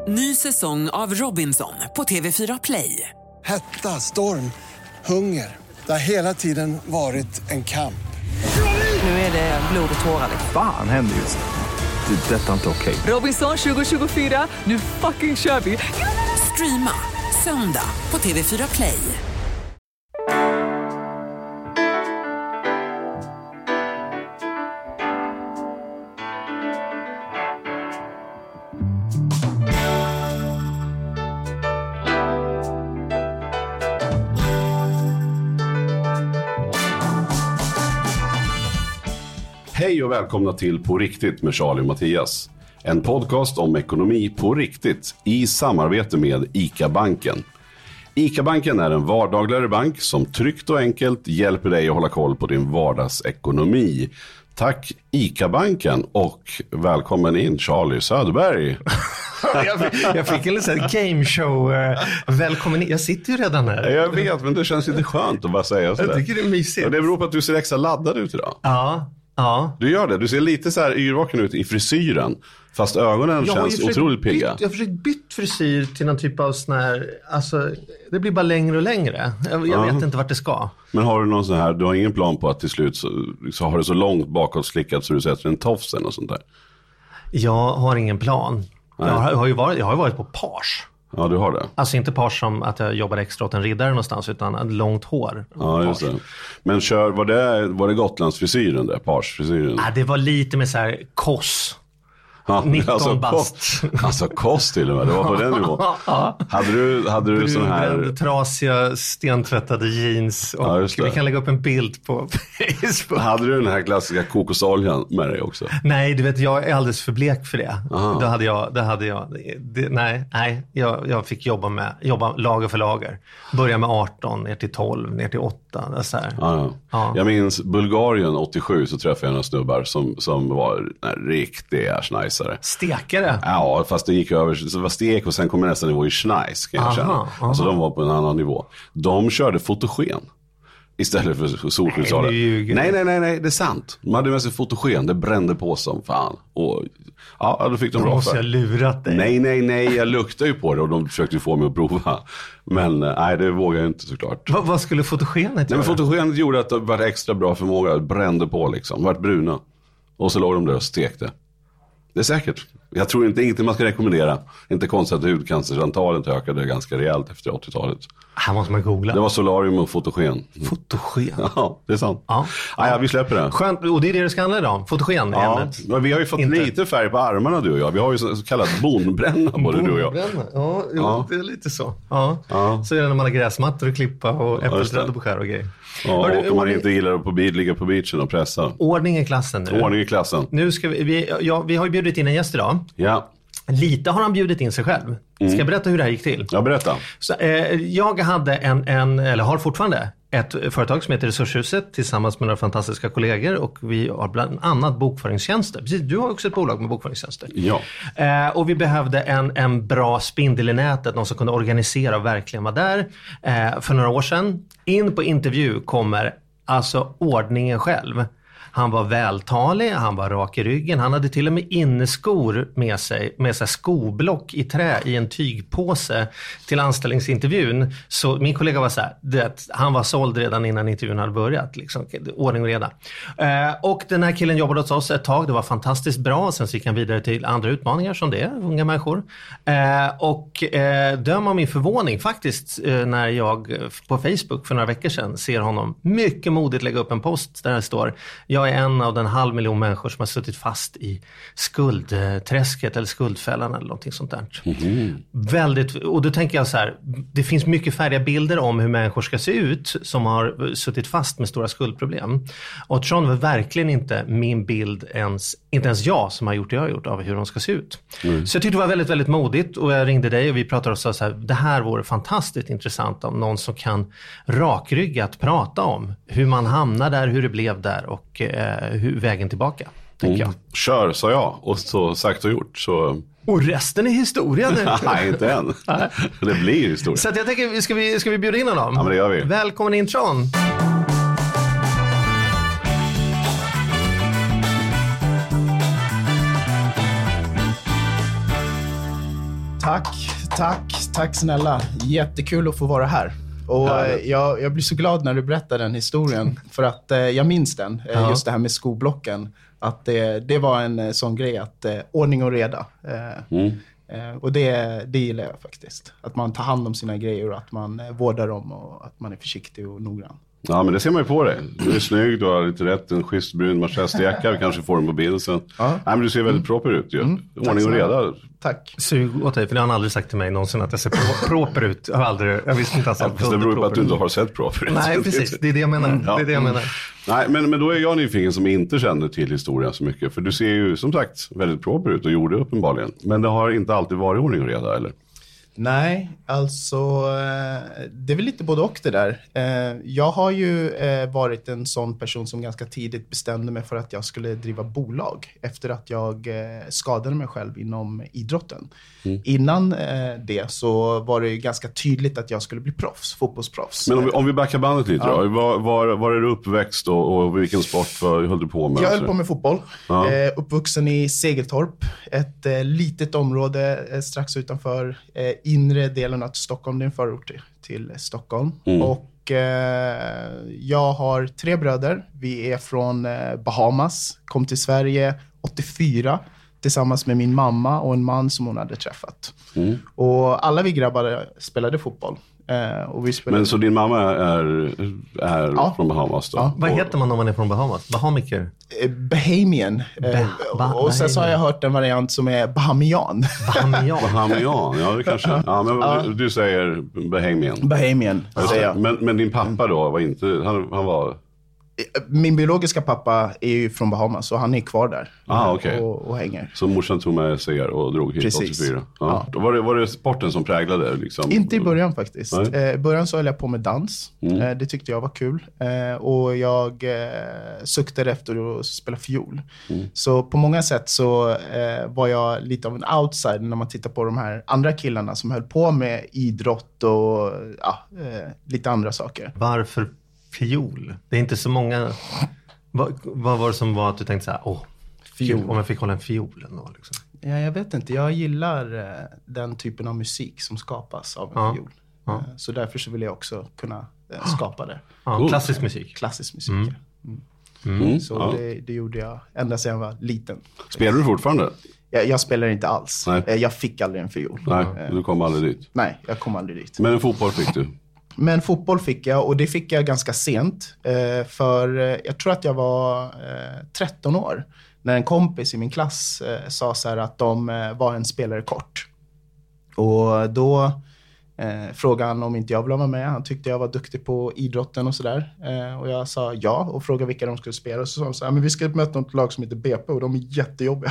Ny säsong av Robinson på TV4 Play. Hetta, storm, hunger. Det har hela tiden varit en kamp. Nu är det blod och tårar. Fan händer just nu. Det är detta inte okej. Robinson 2024, nu fucking kör vi. Streama söndag på TV4 Play. Hej och välkomna till På riktigt med Charlie och Mattias. En podcast om ekonomi på riktigt i samarbete med ICA-banken. ICA-banken är en vardagligare bank som tryggt och enkelt hjälper dig att hålla koll på din vardagsekonomi. Tack ICA-banken och välkommen in Charlie Söderberg. Jag fick en liten gameshow. Välkommen in. Jag sitter ju redan här. Jag vet, men det känns lite skönt att bara säga sådär. Jag tycker det är mysigt. Och det beror på att du ser extra laddad ut idag. Ja. Du gör det. Du ser lite så här yrvaken ut i frisyren. Fast ögonen känns otroligt pigga. Jag har försökt bytt frisyr till någon typ av sån här... Alltså, det blir bara längre och längre. Jag vet inte vart det ska. Men har du någon sån här... Du har ingen plan på att till slut så har du så långt bakåt slickat så du sätter en tofsen och sånt där? Jag har ingen plan. Jag har ju varit på page. Ja, du har det. Alltså inte page som att jag jobbade extra åt en riddare någonstans, utan långt hår. Ja, just det. Men var det Gotlandsfrisyren där, pagefrisyren? Ja, det var lite med så här koss. Ja, 19 bast. Alltså kost till och med, det var på den nivån. Hade du sån här... trasiga, stentvättade jeans. Och vi kan lägga upp en bild på Facebook. Hade du den här klassiska kokosoljan med dig också? Nej, du vet, jag är alldeles för blek för det. Jag fick jobba lager för lager. Börja med 18, ner till 12, ner till 8. Så här. Ja. Jag minns Bulgarien 87 så träffade jag några snubbar som var riktiga schneisare. Stekare? Ja, fast det gick över, så det var stek och sen kom nästa nivå i schneis kan jag känna. Alltså de var på en annan nivå. De körde fotogen istället för solskyddsålar. Nej, det är sant. De hade med sig fotogen, det brände på som fan. Och ja, då fick de bra måste jag lurat dig. Nej, jag luktade ju på det och de försökte få mig att prova. Men nej, det vågade jag inte såklart. Vad skulle fotogenet göra? Nej, men fotogenet gjorde att det var extra bra förmåga, det brände på liksom, vart bruna. Och så låg de där och stekte. Det är säkert. Jag tror ingenting man ska rekommendera. Inte konstigt att hudcancerantalet ökade ganska rejält efter 80-talet. Här måste man googla. Det var solarium och fotogen. Fotogen? Ja, det är sant. Ja, vi släpper det. Skönt, och det är det ska handla om. Fotogen är ämnet. Men vi har ju fått lite färg på armarna du och jag. Vi har ju så kallat bonbränna både du och jag. Ja, det är lite så. Ja. Så är det när man har gräsmattor att klippa och äppelträd på skär och grejer. Ja, och om man inte gillar att ligga på beachen och pressa. Ordning i klassen nu. Ordning i klassen. Nu ska vi har ju bjudit in en gäst idag. Ja. Lite har han bjudit in sig själv. Ska jag berätta hur det här gick till? Ja, berätta. Så, jag hade eller har fortfarande ett företag som heter Resurshuset tillsammans med några fantastiska kollegor och vi har bland annat bokföringstjänster. Precis, du har också ett bolag med bokföringstjänster. Ja. Och vi behövde en bra spindel i nätet, någon som kunde organisera och verkligen vara där. För några år sedan, in på intervju kommer alltså ordningen själv. Han var vältalig, han var rak i ryggen. Han hade till och med inneskor med sig skoblock i trä i en tygpåse till anställningsintervjun. Så min kollega var så här, han var såld redan innan intervjun hade börjat. Liksom, ordning och reda. Och den här killen jobbade hos oss ett tag, det var fantastiskt bra. Sen så gick han vidare till andra utmaningar som det är, unga människor. Och döm av min förvåning faktiskt när jag på Facebook för några veckor sedan ser honom mycket modigt lägga upp en post där det står: jag är en av den 500 000 människor som har suttit fast i skuldträsket eller skuldfällan eller någonting sånt där. Väldigt, och då tänker jag så här, det finns mycket färdiga bilder om hur människor ska se ut som har suttit fast med stora skuldproblem. Och Tron var verkligen inte min bild inte ens jag som har gjort det jag har gjort av hur de ska se ut. Så jag tyckte det var väldigt, väldigt modigt och jag ringde dig och vi pratade och sa så här, det här vore fantastiskt intressant om någon som kan rakryggat prata om hur man hamnar där, hur det blev där och hur vägen tillbaka, tänker jag. Kör, sa jag. Och så sagt och gjort. Så... Och resten är historia nu. Nej, inte än. Det blir historia. Så att jag tänker, ska vi bjuda in honom? Ja, men det gör vi. Välkommen in, Tron. Tack snälla. Jättekul att få vara här. Och jag blir så glad när du berättar den historien. För att jag minns den, just det här med skoblocken. Att det var en sån grej att ordning och reda. Och det gillar jag faktiskt. Att man tar hand om sina grejer och att man vårdar dem och att man är försiktig och noggrann. Ja, men det ser man ju på dig. Du är snygg, du har lite rätt, en schysst brun manchesterjacka. Vi kanske får den på bild sen. Nej, men du ser väldigt proper ut ju. Ordning och reda. Tack. Sug åt dig, för det har han aldrig sagt till mig någonsin att jag ser proper ut. Jag visste inte alls att det beror på att du inte har sett proper ut. Nej, precis. Det är det jag menar. Ja. Det är det jag menar. Nej, men då är jag nyfiken som inte känner till historien så mycket. För du ser ju som sagt väldigt proper ut och gjorde uppenbarligen. Men det har inte alltid varit ordning och reda, eller? Nej, alltså det är väl lite både och det där. Jag har ju varit en sån person som ganska tidigt bestämde mig för att jag skulle driva bolag efter att jag skadade mig själv inom idrotten. Innan det så var det ju ganska tydligt att jag skulle bli fotbollsproffs. Men om vi backar bandet lite då. Var är du uppväxt och vilken sport höll du på med? Jag höll på med fotboll. Uppvuxen i Segeltorp, ett litet område strax utanför inre delen av Stockholm. Det är en förort till Stockholm. Och jag har 3 bröder. Vi är från Bahamas. Kom till Sverige 84 tillsammans med min mamma och en man som hon hade träffat. Och alla vi grabbar spelade fotboll. Och vi spelade... Men så din mamma är från Bahamas då? Ja. Vad heter man om man är från Bahamas? Bahamiker? Bahamian. Och sen så har jag hört en variant som är Bahamian. Bahamian, ja det kanske. Ja, men du säger Bahamian. Bahamian, säger jag. Men din pappa då var inte, han var... Min biologiska pappa är ju från Bahamas och han är kvar där okay. och hänger. Så morsan tog med sig och drog hit 84. Ja. Då var det sporten som präglade liksom? Inte i början faktiskt. I början så höll jag på med dans. Det tyckte jag var kul. Och jag suktade efter att spela fiol. Så på många sätt så var jag lite av en outsider när man tittar på de här andra killarna som höll på med idrott och lite andra saker. Varför fiol? Det är inte så många... Vad var det som var att du tänkte så här, fiol, om jag fick hålla en fiol ändå, liksom? Ja, jag vet inte. Jag gillar den typen av musik som skapas av en fiol. Så därför så vill jag också kunna skapa det. Klassisk musik. Klassisk musik, Så det gjorde jag ända sedan jag var liten. Spelar du fortfarande? Jag spelar inte alls. Nej. Jag fick aldrig en fiol. Nej, du kom aldrig dit. Nej, jag kom aldrig dit. Men en fotboll fick du? Men fotboll fick jag, och det fick jag ganska sent. För jag tror att jag var 13 år. När en kompis i min klass sa så här att de var en spelare kort. Och då frågade han om inte jag ville vara med. Han tyckte jag var duktig på idrotten och sådär. Och jag sa ja och frågade vilka de skulle spela. Och så sa de så här, men vi ska möta något lag som heter BP och de är jättejobbiga.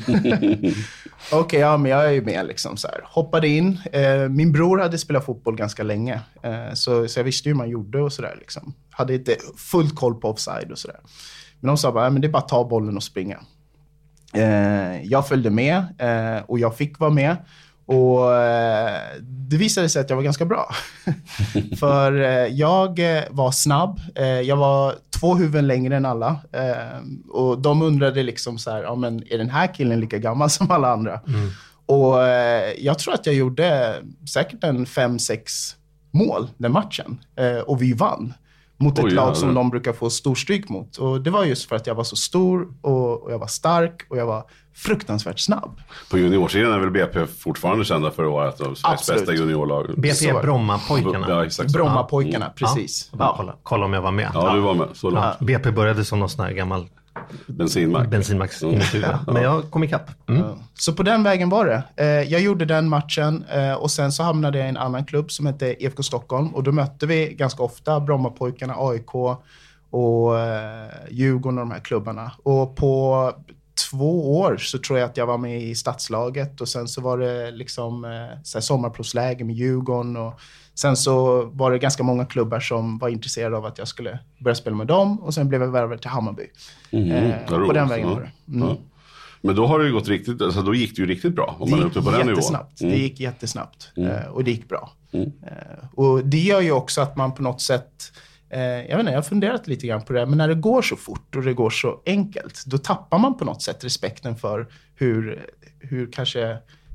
Okej, men jag är ju med liksom så här. Hoppade in. Min bror hade spelat fotboll ganska länge. Så jag visste ju hur man gjorde och sådär liksom. Hade inte fullt koll på offside och sådär. Men de sa bara, men det är bara att ta bollen och springa. Jag följde med och jag fick vara med. Och det visade sig att jag var ganska bra. För jag var snabb. Jag var 2 huvuden längre än alla. Och de undrade liksom så här, men är den här killen lika gammal som alla andra? Och jag tror att jag gjorde säkert en 5-6 mål den matchen. Och vi vann. Mot ett lag som de brukar få storstryk mot. Och det var just för att jag var så stor och jag var stark och jag var fruktansvärt snabb. På juniorsidan är väl BP fortfarande kända för att vara ett av Sveriges bästa juniorlag. BP är Brommapojkarna. Ja, exakt. Brommapojkarna, precis. Kolla om jag var med. Ja, du var med. Så långt. BP började som någon sån här gammal bensinmax. Men jag kom ikapp. Så på den vägen var det. Jag gjorde den matchen och sen så hamnade jag i en annan klubb som hette IFK Stockholm. Och då mötte vi ganska ofta Brommapojkarna, AIK och Djurgården och de här klubbarna. Och på 2 år så tror jag att jag var med i stadslaget. Och sen så var det liksom sommarprovsläge med Djurgården. Och sen så var det ganska många klubbar som var intresserade av att jag skulle börja spela med dem. Och sen blev jag värvad till Hammarby. På den vägen var det. Ja. Men då har det ju gått riktigt, alltså då gick det ju riktigt bra. Om det man är uppe på den nivån. Det gick jättesnabbt. Och det gick bra. Och det gör ju också att man på något sätt... jag har funderat lite grann på det. Men när det går så fort och det går så enkelt. Då tappar man på något sätt respekten för hur kanske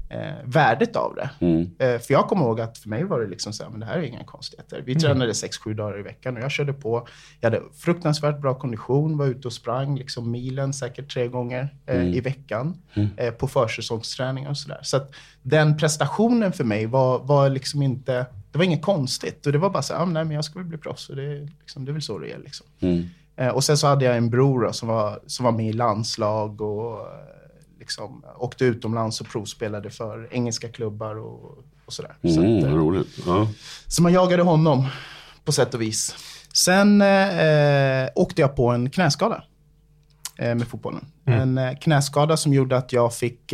värdet av det. För jag kommer ihåg att för mig var det liksom så här, men det här är inga konstigheter. Vi tränade 6-7 dagar i veckan och jag körde på. Jag hade fruktansvärt bra kondition, var ute och sprang liksom milen säkert 3 gånger i veckan på försäsongsträningar och sådär. Så att den prestationen för mig var liksom inte, det var inget konstigt. Och det var bara så här, nej men jag ska väl bli proffs och det är väl så det är liksom. Och sen så hade jag en bror då, som var med i landslag och liksom åkte utomlands och provspelade för engelska klubbar och sådär. Så roligt. Ja. Så man jagade honom på sätt och vis. Sen åkte jag på en knäskada med fotbollen. En knäskada som gjorde att jag fick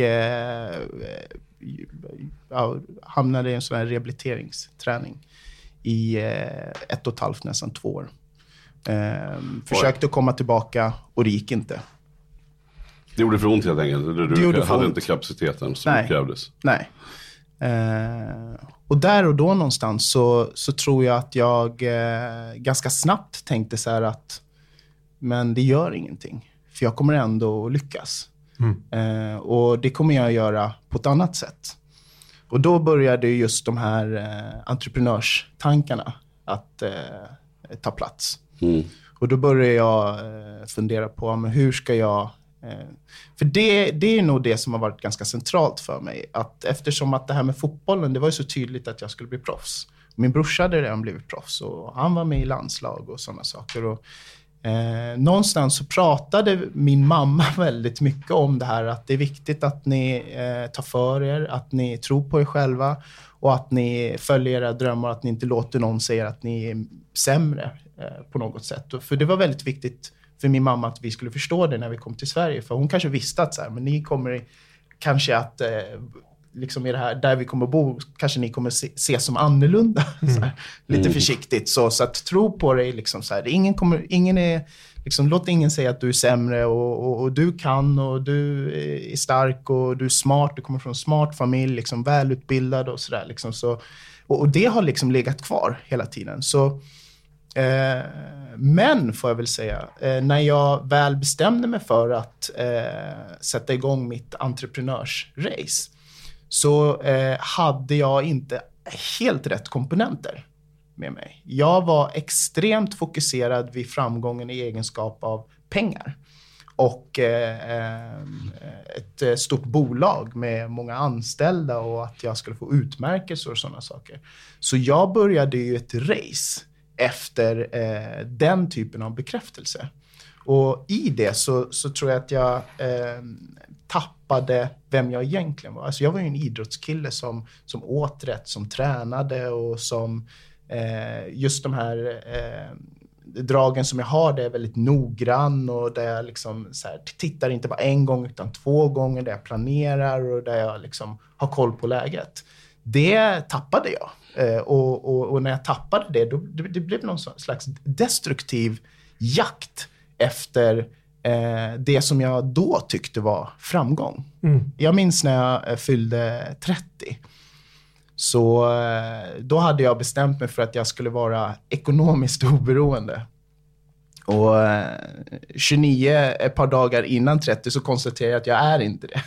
hamnade i en sån här rehabiliteringsträning i 1,5, nästan 2 år. Försökte komma tillbaka och det gick inte. Det gjorde för ont helt enkelt. Du hade inte kapaciteten som krävdes. Nej. Och där och då någonstans så tror jag att jag ganska snabbt tänkte så här att men det gör ingenting. För jag kommer ändå lyckas. Och det kommer jag göra på ett annat sätt. Och då började just de här entreprenörstankarna att ta plats. Och då började jag fundera på men hur ska jag... För det är nog det som har varit ganska centralt för mig. Att eftersom att det här med fotbollen, det var ju så tydligt att jag skulle bli proffs. Min brorsa hade redan blivit proffs och han var med i landslag och sådana saker. Och, någonstans så pratade min mamma väldigt mycket om det här att det är viktigt att ni tar för er, att ni tror på er själva och att ni följer era drömmar, att ni inte låter någon säga att ni är sämre på något sätt. För det var väldigt viktigt för min mamma att vi skulle förstå det när vi kom till Sverige. För hon kanske visste att så här, men ni kommer kanske att liksom i det här där vi kommer bo, kanske ni kommer se som annorlunda. Så här, lite försiktigt. Så att tro på dig liksom så här. Ingen är liksom, låt ingen säga att du är sämre och du kan och du är stark och du är smart, du kommer från en smart familj, liksom välutbildad och sådär liksom så. Och det har liksom legat kvar hela tiden. Så men får jag väl säga, när jag väl bestämde mig för att sätta igång mitt entreprenörsrace så hade jag inte helt rätt komponenter med mig. Jag var extremt fokuserad vid framgången i egenskap av pengar och ett stort bolag med många anställda och att jag skulle få utmärkelser och sådana saker. Så jag började ju ett race efter den typen av bekräftelse. Och i det så tror jag att jag tappade vem jag egentligen var. Alltså jag var ju en idrottskille som åt rätt, som tränade och som just de här dragen som jag har, det är väldigt noggrann och där jag liksom så här, tittar inte bara en gång utan 2 gånger, där jag planerar och där jag liksom har koll på läget. Det tappade jag. Och när jag tappade det, det blev någon slags destruktiv jakt efter det som jag då tyckte var framgång. Jag minns när jag fyllde 30. Så då hade jag bestämt mig för att jag skulle vara ekonomiskt oberoende. Och 29, ett par dagar innan 30 så konstaterade jag att jag är inte det.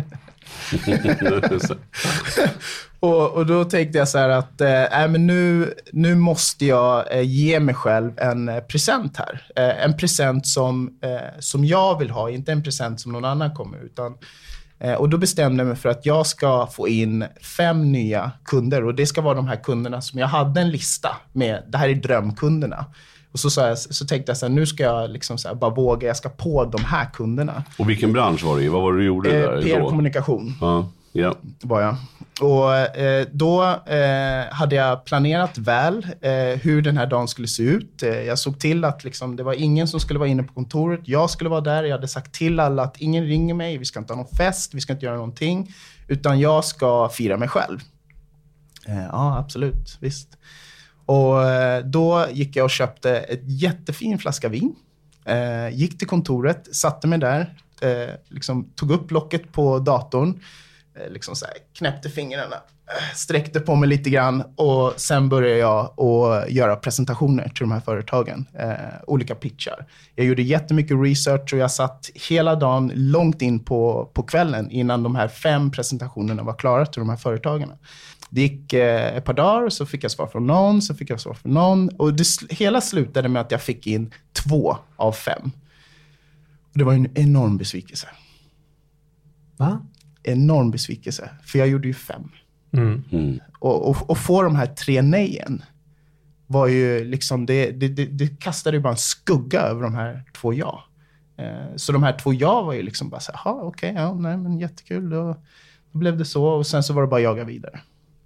och då tänkte jag så här att men nu måste jag ge mig själv en present här. En present som jag vill ha, inte en present som någon annan kommer utan. Och då bestämde jag mig för att jag ska få in 5 nya kunder. Och det ska vara de här kunderna som jag hade en lista med. Det här är drömkunderna. Och så tänkte jag så här, nu ska jag liksom så här, bara våga, jag ska på de här kunderna. Och vilken bransch var det i? Vad var det du gjorde där? PR-kommunikation Ja. var jag. Och då hade jag planerat väl hur den här dagen skulle se ut. Jag såg till att liksom, det var ingen som skulle vara inne på kontoret. Jag skulle vara där. Jag hade sagt till alla att ingen ringer mig. Vi ska inte ha någon fest. Vi ska inte göra någonting. Utan jag ska fira mig själv. Ja, absolut. Visst. Och då gick jag och köpte ett jättefin flaska vin. Gick till kontoret. Satte mig där. Liksom, tog upp locket på datorn. Liksom så här, knäppte fingrarna sträckte på mig lite grann och sen började jag att göra presentationer till de här företagen. Olika pitchar. Jag gjorde jättemycket research och jag satt hela dagen långt in på kvällen innan de här 5 presentationerna var klara till de här företagen. Det gick ett par dagar, så fick jag svar från någon, så fick jag svar från någon. Och hela slutade med att jag fick in 2 av 5. Och det var en enorm besvikelse. Va? Enorm besvikelse, för jag gjorde ju 5. Och få de här 3 nejen var ju liksom, det kastade ju bara en skugga över de här 2 ja. Så de här 2 ja var ju liksom bara så här, okej, ja, nej men jättekul, då blev det så, och sen så var det bara jaga vidare.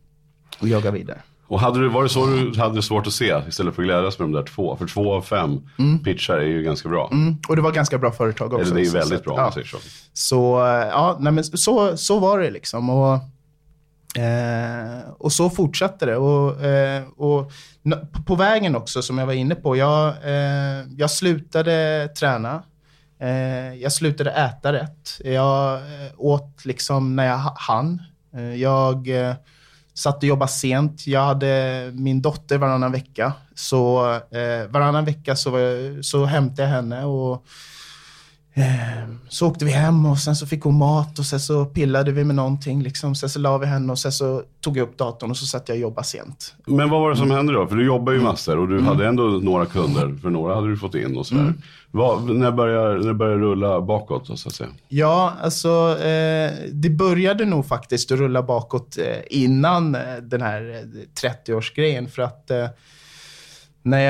Och var det så du hade svårt att se istället för att glädjas med de där 2? För 2 av 5 pitchar är ju ganska bra. Och det var ganska bra företag också. Eller det är ju väldigt bra, om man säger så. Så, ja, nej, men så var det liksom. Och så fortsatte det. Och på vägen också, som jag var inne på, jag slutade träna. Jag slutade äta rätt. Jag åt liksom när jag hann. Jag satt och jobbade sent. Jag hade min dotter varannan vecka. Så varannan vecka så hämtade jag henne och så åkte vi hem och sen så fick hon mat och sen så pillade vi med någonting liksom. Sen så la vi henne och sen så tog jag upp datorn och så satt jag och jobbade sent. Men vad var det som hände då? För du jobbar ju massor och du hade ändå några kunder, för några hade du fått in och sådär. När började rulla bakåt så att säga? Ja, alltså det började nog faktiskt att rulla bakåt innan den här 30-årsgrejen, för att när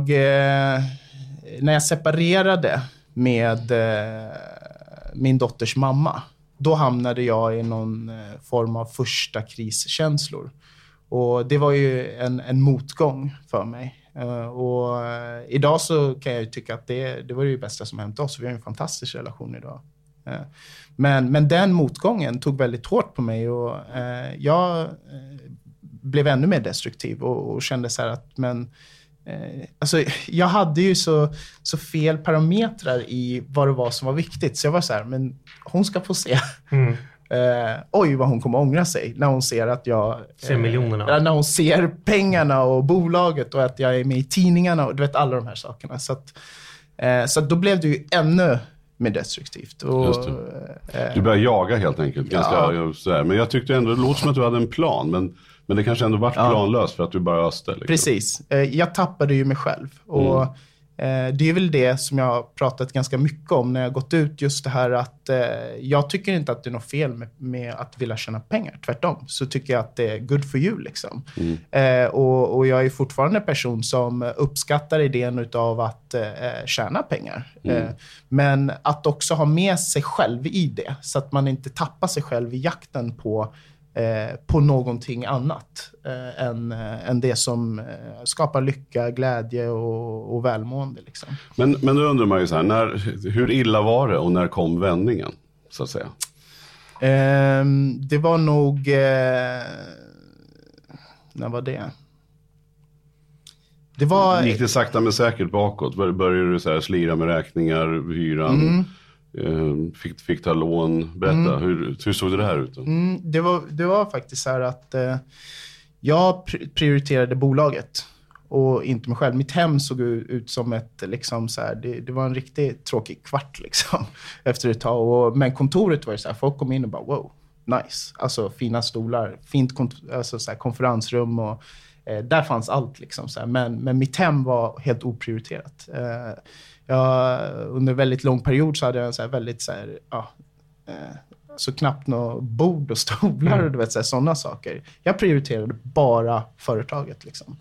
jag separerade med min dotters mamma, då hamnade jag i någon form av första kriskänslor. Och det var ju en motgång för mig. Och idag så kan jag ju tycka att det var det bästa som hänt oss. Vi har en fantastisk relation idag. Men den motgången tog väldigt hårt på mig och jag blev ännu mer destruktiv och kände så här att alltså, jag hade ju så fel parametrar i vad det var som var viktigt. Så jag var så här, men hon ska få se. Oj, vad hon kommer ångra sig när hon ser att jag ser miljonerna. När hon ser pengarna och bolaget och att jag är med i tidningarna och du vet alla de här sakerna. Så då blev det ju ännu mer destruktivt. Och, du började jaga helt enkelt. Ganska sådär. Men jag tyckte ändå, det låter som att du hade en plan. Men det kanske ändå var planlöst för att du bara öste. Liksom. Precis. Jag tappade ju mig själv. Och det är väl det som jag har pratat ganska mycket om när jag har gått ut. Just det här att jag tycker inte att det är något fel med att vilja tjäna pengar. Tvärtom så tycker jag att det är good for you. Liksom. Och jag är fortfarande en person som uppskattar idén av att tjäna pengar. Men att också ha med sig själv i det. Så att man inte tappar sig själv i jakten på någonting annat än det som skapar lycka, glädje och välmående. Liksom. Men då undrar man ju så här, hur illa var det och när kom vändningen, så att säga? Det var nog... när var det? Gick det sakta men säkert bakåt? Började du så här slira med räkningar, hyran? Fick ta lån. Berätta, hur såg det här ut då? Det var faktiskt så här att jag prioriterade bolaget och inte mig själv. Mitt hem såg ut som ett liksom så här, det var en riktigt tråkig kvart liksom efter ett tag. Men kontoret var ju så här, folk kom in och bara wow, nice. Alltså fina stolar, fint alltså, så här, konferensrum och där fanns allt liksom så här. Men mitt hem var helt oprioriterat. Under en väldigt lång period så hade jag en så här väldigt så här, så knappt något bord och stolar och du vet, sådana saker. Jag prioriterade bara företaget liksom.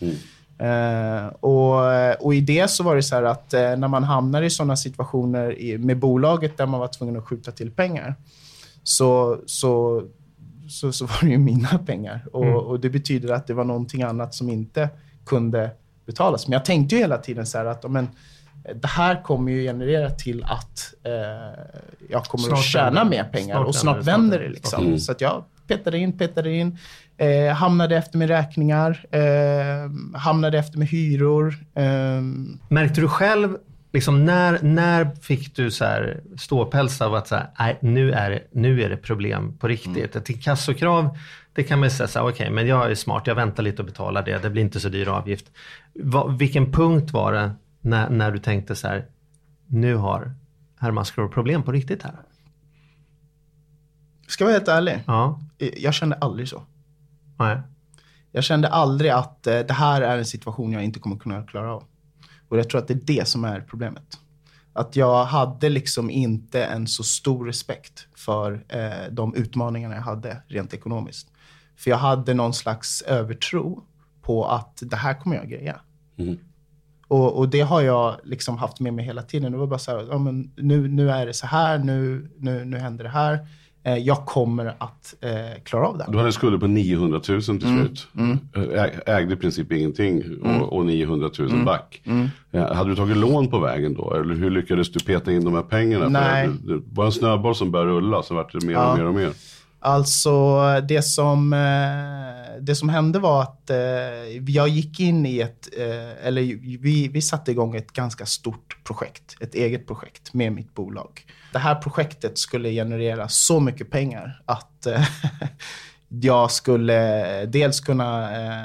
Och i det så var det så här att när man hamnar i sådana situationer med bolaget där man var tvungen att skjuta till pengar så var det ju mina pengar. Och det betyder att det var någonting annat som inte kunde betalas. Men jag tänkte ju hela tiden så här att det här kommer ju generera till att jag kommer att tjäna mer pengar och snart vänder det liksom. Så att jag petade in, hamnade efter med räkningar, hamnade efter med hyror. Märkte du själv Liksom när fick du så här ståpäls av att så här, nej, nu är det problem på riktigt. Ett inkassokrav, det kan man säga så här, okej, men jag är smart, jag väntar lite och betalar det blir inte så dyr avgift. Vilken punkt var det när du tänkte så här, nu har Herman Skrov problem på riktigt här? Ska jag vara helt ärlig? Ja. Jag kände aldrig så. Nej. Jag kände aldrig att det här är en situation jag inte kommer kunna klara av. Och jag tror att det är det som är problemet. Att jag hade liksom inte en så stor respekt för de utmaningarna jag hade rent ekonomiskt. För jag hade någon slags övertro på att det här kommer jag greja. Mm. Och det har jag liksom haft med mig hela tiden. Det var bara så här, ja, men nu är det så här, nu händer det här. Jag kommer att klara av det. Du hade skulder på 900 000 till slut. Ägde i princip ingenting och 900 000 back. Hade du tagit lån på vägen då? Eller hur lyckades du peta in de här pengarna? Nej. För det var en snöboll som började rulla, så vart det mer och mer och mer. Alltså det som hände var att jag gick in i vi satte igång ett ganska stort projekt, ett eget projekt med mitt bolag. Det här projektet skulle generera så mycket pengar att jag skulle dels kunna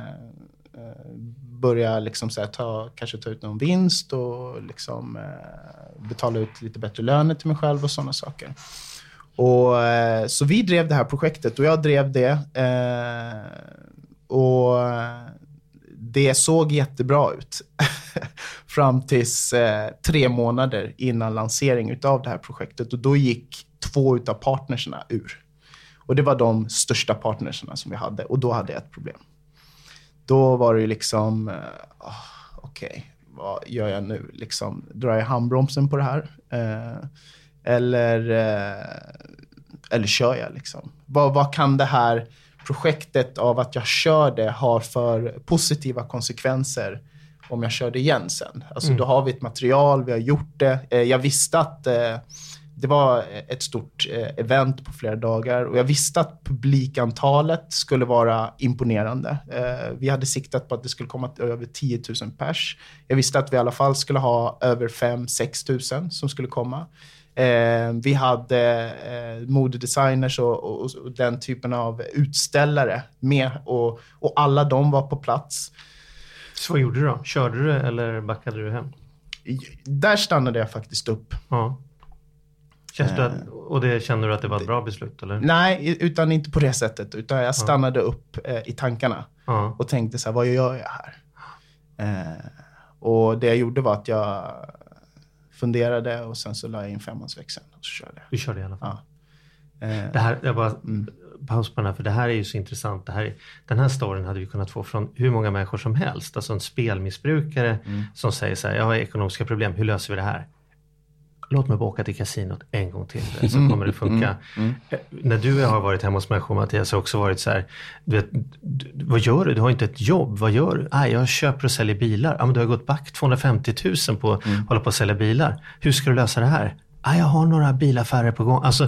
börja liksom så här, kanske ta ut någon vinst och liksom betala ut lite bättre löner till mig själv och sådana saker. Och så vi drev det här projektet och jag drev det och det såg jättebra ut fram tills 3 månader innan lansering utav det här projektet, och då gick 2 utav partnerserna ur. Och det var de största partnerserna som vi hade, och då hade jag ett problem. Då var det ju liksom okej, vad gör jag nu? Liksom, drar jag handbromsen på det här? Eller kör jag liksom? Vad kan det här projektet av att jag kör det ha för positiva konsekvenser om jag kör det igen sen? Alltså då har vi ett material, vi har gjort det. Jag visste att det var ett stort event på flera dagar, och jag visste att publikantalet skulle vara imponerande. Vi hade siktat på att det skulle komma över 10 000 pers. Jag visste att vi i alla fall skulle ha över 5-6 000 som skulle komma. Vi hade modedesigners och den typen av utställare med, och alla de var på plats. Så vad gjorde du då? Körde du eller backade du hem? Där stannade jag faktiskt upp. Ja. Och det känner du att det var ett bra beslut, eller? Nej, utan inte på det sättet. Utan jag stannade upp i tankarna och tänkte så här, vad gör jag här? Och det jag gjorde var att jag funderade och sen så la jag in 5-mansväxeln och så körde jag. Du körde i alla fall. Ja. Det här, jag bara paus på den här, för det här är ju så intressant. Den här storyn hade vi kunnat få från hur många människor som helst. Alltså en spelmissbrukare som säger så här, jag har ekonomiska problem, hur löser vi det här? Låt mig bara åka till kasinot en gång till, så kommer det funka. När du har varit hemma hos människor, Mattias, har också varit så här, du vet, vad gör du? Du har inte ett jobb, vad gör du? Jag köper och säljer bilar. Men du har gått back 250 000 på att hålla på att sälja bilar. Hur ska du lösa det här? Jag har några bilaffärer på gång. Alltså,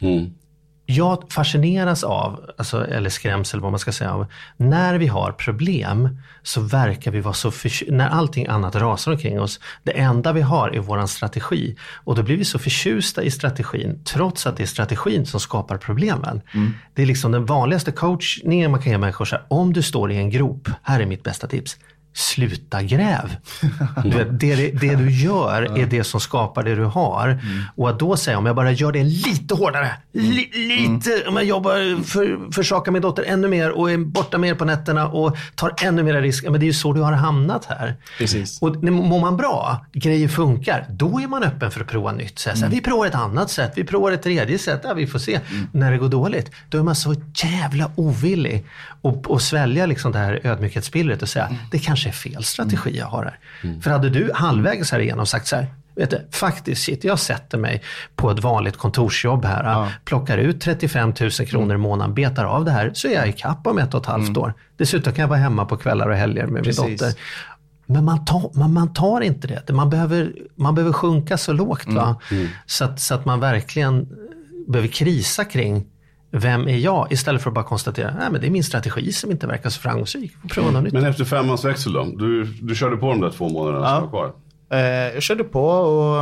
jag fascineras av, eller skräms eller vad man ska säga, av när vi har problem så verkar vi vara så när allting annat rasar omkring oss. Det enda vi har är våran strategi, och då blir vi så förtjusta i strategin trots att det är strategin som skapar problemen. Det är liksom den vanligaste coachningen man kan ge människor så här, om du står i en grop, här är mitt bästa tips. Sluta gräv. Du vet, det du gör är det som skapar det du har. Och att då säga, om jag bara gör det lite hårdare, lite, om jag jobbar försakar min dotter ännu mer och är borta mer på nätterna och tar ännu mer risk, men det är ju så du har hamnat här. Precis. Och mår man bra, grejer funkar, då är man öppen för att prova nytt. Så här, vi provar ett annat sätt, vi provar ett tredje sätt, vi får se. När det går dåligt, då är man så jävla ovillig och svälja liksom det här ödmjukhetspillret och säga, det kanske är fel strategi jag har här. För hade du halvvägs här igenom sagt så här, vet du, faktiskt jag sätter mig på ett vanligt kontorsjobb här, plockar ut 35 000 kronor i månaden, betar av det här, så är jag i kapp om 1,5 år. Dessutom kan jag vara hemma på kvällar och helger med min dotter. Men man tar inte det. Man behöver sjunka så lågt, va? Så att man verkligen behöver krisa kring vem är jag, istället för att bara konstatera, men det är min strategi som inte verkar så framgångsrik. Pröva något nytt. Men efter 5-mansväxel då? Du körde på de där 2 månaderna som var kvar? Jag körde på och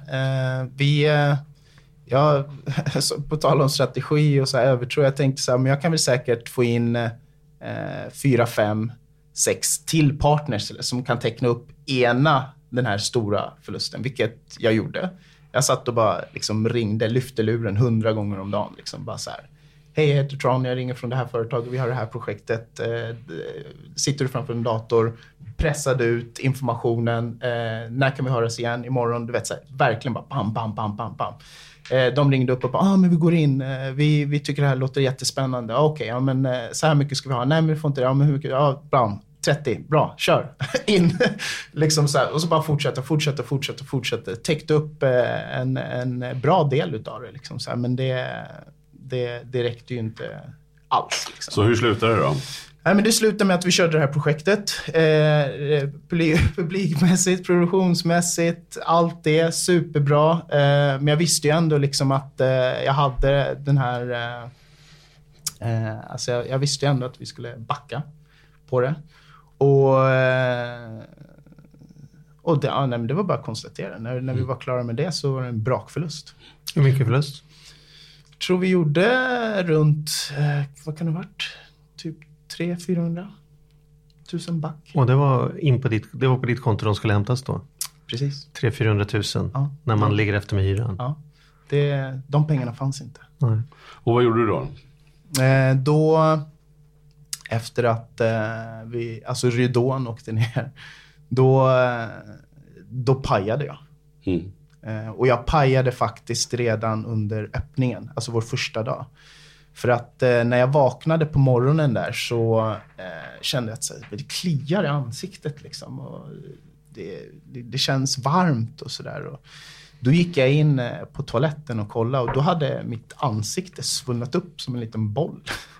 jag på tal om strategi och så här övertro, jag tänkte så här, men jag kan väl säkert få in 4, 5, 6 till partners som kan teckna upp den här stora förlusten, vilket jag gjorde. Jag satt och bara liksom lyfte luren 100 gånger om dagen. Liksom bara så här, hej, jag heter Tron, jag ringer från det här företaget, vi har det här projektet. Sitter du framför en dator, pressade ut informationen, när kan vi höras igen imorgon? Du vet så här, verkligen bara bam, bam, bam, bam, bam. De ringde upp och bara, men vi går in, vi tycker det här låter jättespännande. Okej, ja men så här mycket ska vi ha. Nej, men vi får inte det. Ja, men hur mycket? Ja, bra. 30, bra, kör. In. Liksom så här. Och så bara fortsätta. Täckte upp en bra del utav det. Liksom så här. Men det räckte ju inte alls. Liksom. Så hur slutade det då? Nej, men det slutade med att vi körde det här projektet. Publikmässigt, produktionsmässigt, allt det superbra. Men jag visste ju ändå liksom att jag hade den här... alltså jag visste ju ändå att vi skulle backa på det. Och det var bara att konstatera. När vi var klara med det så var det en brakförlust. Hur mycket förlust? Jag tror vi gjorde runt, vad kan det ha varit? Typ 300-400 000 back. Och det var på ditt konto de skulle hämtas då? Precis. 300-400 000 när man ligger efter med hyran? Ja, de pengarna fanns inte. Nej. Och vad gjorde du då? Då, efter att ridån åkte ner, då pajade jag. Och jag pajade faktiskt redan under öppningen, alltså vår första dag. För att när jag vaknade på morgonen där så kände jag att det kliar i ansiktet liksom. Och det känns varmt och sådär. Då gick jag in på toaletten och kollade och då hade mitt ansikte svullnat upp som en liten boll.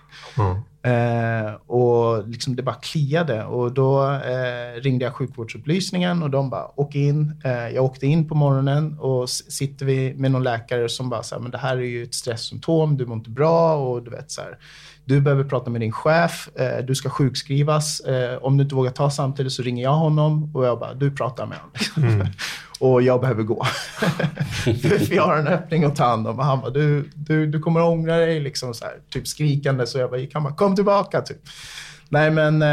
Och liksom det bara kliade och då ringde jag sjukvårdsupplysningen och de bara åk in. Jag åkte in på morgonen och sitter vi med någon läkare som bara så här, men det här är ju ett stresssymptom, du mår inte bra och du vet så här, du behöver prata med din chef, du ska sjukskrivas, om du inte vågar ta samtidigt så ringer jag honom och jag bara, du pratar med honom. Och jag behöver gå. För jag har en öppning att ta hand om. Och han bara, du kommer att ångra dig. Liksom så här, typ skrikande. Så jag bara, han bara, kom tillbaka. Typ. Nej, men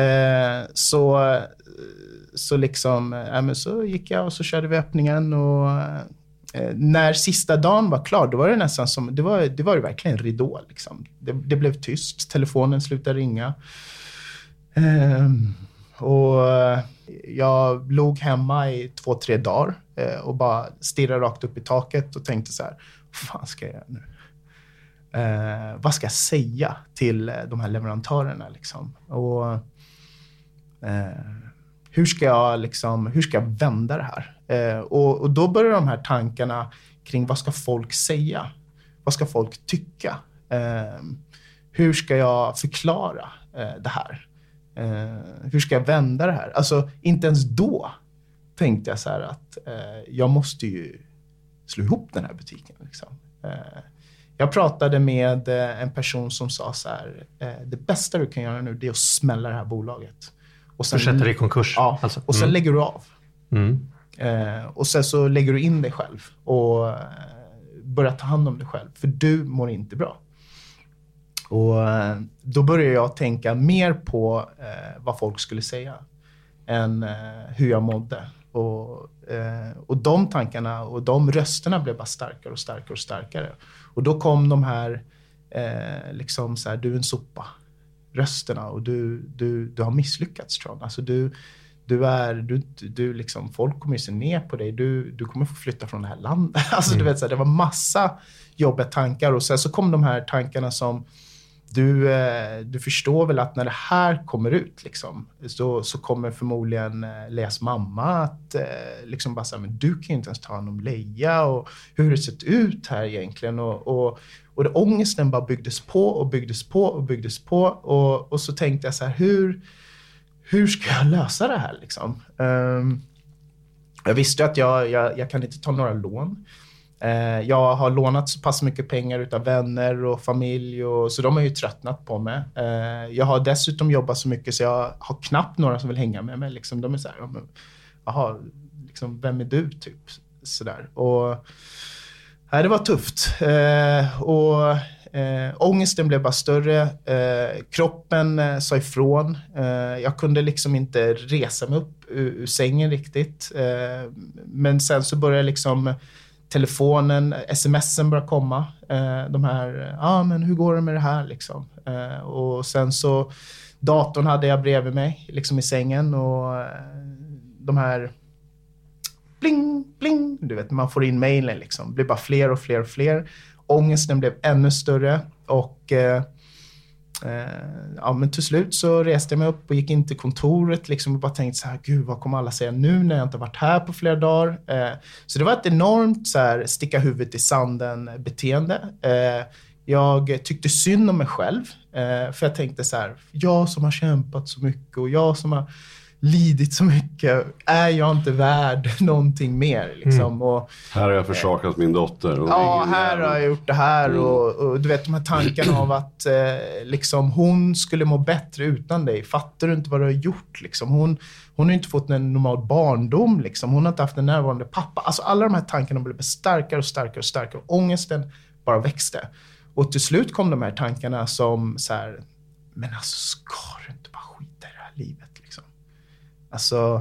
så liksom, men så gick jag och så körde vi öppningen. Och när sista dagen var klar, då var det nästan som, det var verkligen en ridå. Liksom. Det blev tyst. Telefonen slutade ringa. Och jag låg hemma i 2-3 dagar och bara stirrade rakt upp i taket och tänkte så här, vad fan ska jag göra nu? Vad ska jag säga till de här leverantörerna liksom? Och hur ska jag vända det här? Och då börjar de här tankarna kring vad ska folk säga? Vad ska folk tycka? Hur ska jag förklara det här? Hur ska jag vända det här? Alltså inte ens då tänkte jag så här att jag måste ju slå ihop den här butiken. Liksom. Jag pratade med en person som sa så här, det bästa du kan göra nu det är att smälla det här bolaget. Och sen sätta det i konkurs? Ja, alltså. Och sen lägger du av. Och sen så lägger du in dig själv och börjar ta hand om dig själv. För du mår inte bra. Och då började jag tänka mer på vad folk skulle säga än hur jag mådde. Och de tankarna och de rösterna blev bara starkare och starkare och starkare. Och då kom de här, liksom så här, du är en sopa, rösterna och du har misslyckats, tror jag. Alltså du liksom, folk kommer ju se ner på dig, du kommer få flytta från det här landet. Alltså du vet så här, det var massa jobbiga tankar och sen så kom de här tankarna som du förstår väl att när det här kommer ut liksom, så kommer förmodligen Leas mamma att liksom bara säga, men du kan ju inte ens ta hand om Leia och hur det sett ut här egentligen och det, ångesten bara byggdes på och så tänkte jag så här, hur ska jag lösa det här liksom? Jag visste att jag kan inte ta några lån. Jag har lånat så pass mycket pengar utav vänner och familj och så de har ju tröttnat på mig. Jag har dessutom jobbat så mycket så jag har knappt några som vill hänga med mig liksom. De är så här, jaha, liksom, vem är du typ sådär. Och det var tufft. Ångesten blev bara större. Kroppen sa ifrån. Jag kunde liksom inte resa mig upp ur sängen riktigt. Men sen så började liksom telefonen, smsen började komma. De här, men hur går det med det här liksom? Och sen så datorn hade jag bredvid mig liksom i sängen och de här bling, bling, du vet, man får in mejlen liksom. Det blir bara fler och fler och fler. Ångesten blev ännu större och men till slut så reste jag mig upp och gick in till kontoret liksom och bara tänkte så här, gud, vad kommer alla säga nu när jag inte varit här på flera dagar? Så det var ett enormt så här, sticka huvudet i sanden beteende. Jag tyckte synd om mig själv, för jag tänkte så här, jag som har kämpat så mycket och jag som har lidit så mycket, är jag inte värd någonting mer liksom. Och här har jag försakat min dotter. Och här har jag gjort det här och du vet de här tankarna av att liksom hon skulle må bättre utan dig. Fattar du inte vad du har gjort liksom? Hon har inte fått en normal barndom liksom. Hon har inte haft en närvarande pappa. Alltså alla de här tankarna blev starkare och starkare och starkare. Och ångesten bara växte. Och till slut kom de här tankarna som så här, men alltså ska du inte bara skita i det här livet liksom? Alltså,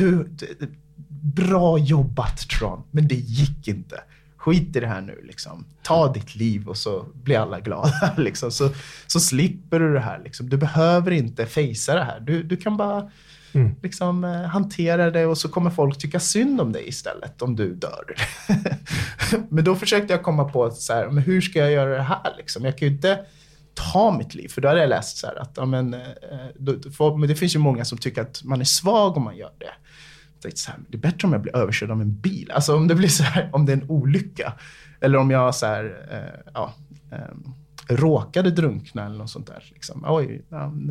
bra jobbat Tron, men det gick inte. Skit i det här nu liksom. Ta ditt liv och så blir alla glada liksom. Så slipper du det här liksom. Du behöver inte fejsa det här. Du kan bara liksom hantera det och så kommer folk tycka synd om dig istället om du dör. Men då försökte jag komma på så här, men hur ska jag göra det här liksom? Jag kan ju inte ta mitt liv, för då hade jag läst så här att men det finns ju många som tycker att man är svag om man gör det. Så här, det är bättre om jag blir överkörd av en bil. Alltså om det blir så här, om det är en olycka eller om jag så här, råkade drunkna eller något sånt där liksom. Oj,